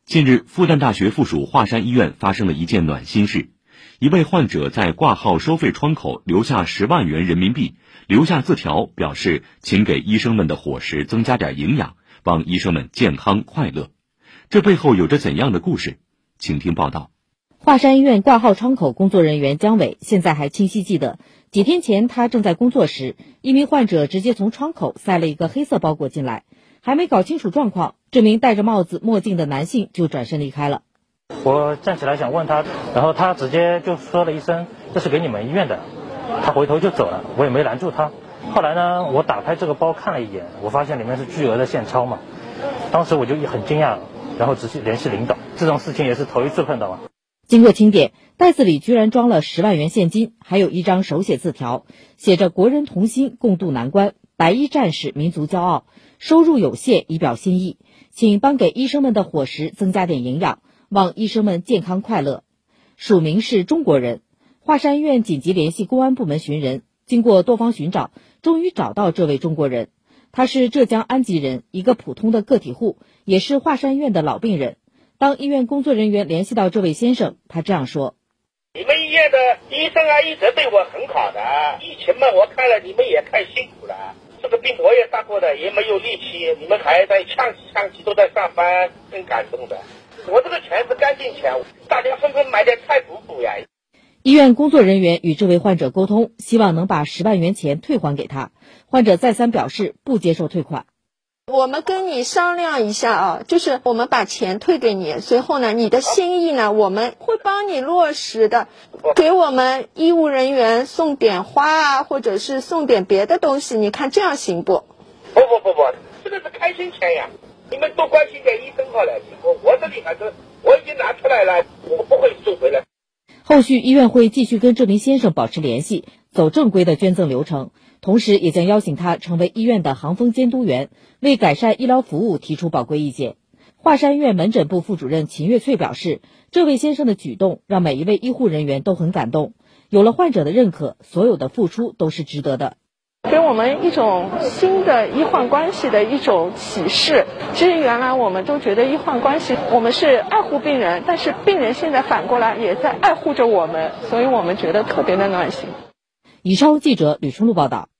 近日，复旦大学附属华山医院发生了一件暖心事。一位患者在挂号收费窗口留下10万元人民币，留下字条表示请给医生们的伙食增加点营养，帮医生们健康快乐。这背后有着怎样的故事？请听报道。 华山医院挂号窗口工作人员姜伟现在还清晰记得，几天前他正在工作时，一名患者直接从窗口塞了一个黑色包裹进来，还没搞清楚状况，这名戴着帽子墨镜的男性就转身离开了。 我站起来想问他，然后他直接就说了一声这是给你们医院的，他回头就走了，我也没拦住他。后来呢，我打开这个包看了一眼，我发现里面是巨额的现钞嘛，当时我就很惊讶，然后直接联系领导，这种事情也是头一次碰到嘛。 经过清点，袋子里居然装了10万元现金，还有一张手写字条，写着国人同心共度难关，白衣战士民族骄傲，收入有限以表心意，请帮给医生们的伙食增加点营养，望医生们健康快乐。署名是中国人。华山医院紧急联系公安部门寻人，经过多方寻找，终于找到这位中国人。他是浙江安吉人，一个普通的个体户，也是华山医院的老病人。当医院工作人员联系到这位先生，他这样说： 你们医院的医生一直对我很好的，疫情嘛，我看了你们也太辛苦了，这个病我也大过的，也没有力气，你们还在呛气都在上班，很感动的。我这个钱是干净钱，大家纷纷买点菜补补呀。 医院工作人员与这位患者沟通，希望能把10万元钱退还给他。患者再三表示不接受退款。 我们跟你商量一下就是我们把钱退给你，随后呢，你的心意呢，我们会帮你落实的，给我们医务人员送点花或者是送点别的东西，你看这样行不？ 不，这个是开心钱呀，你们多关心点医生好了。我这里反正我已经拿出来了，我不会收回来。 后续医院会继续跟这名先生保持联系，走正规的捐赠流程，同时也将邀请他成为医院的航风监督员，为改善医疗服务提出宝贵意见。华山医院门诊部副主任秦月翠表示，这位先生的举动让每一位医护人员都很感动，有了患者的认可，所有的付出都是值得的。 给我们一种新的医患关系的一种启示。其实原来我们都觉得医患关系，我们是爱护病人，但是病人现在反过来也在爱护着我们，所以我们觉得特别的暖心。 以上记者吕春露报道。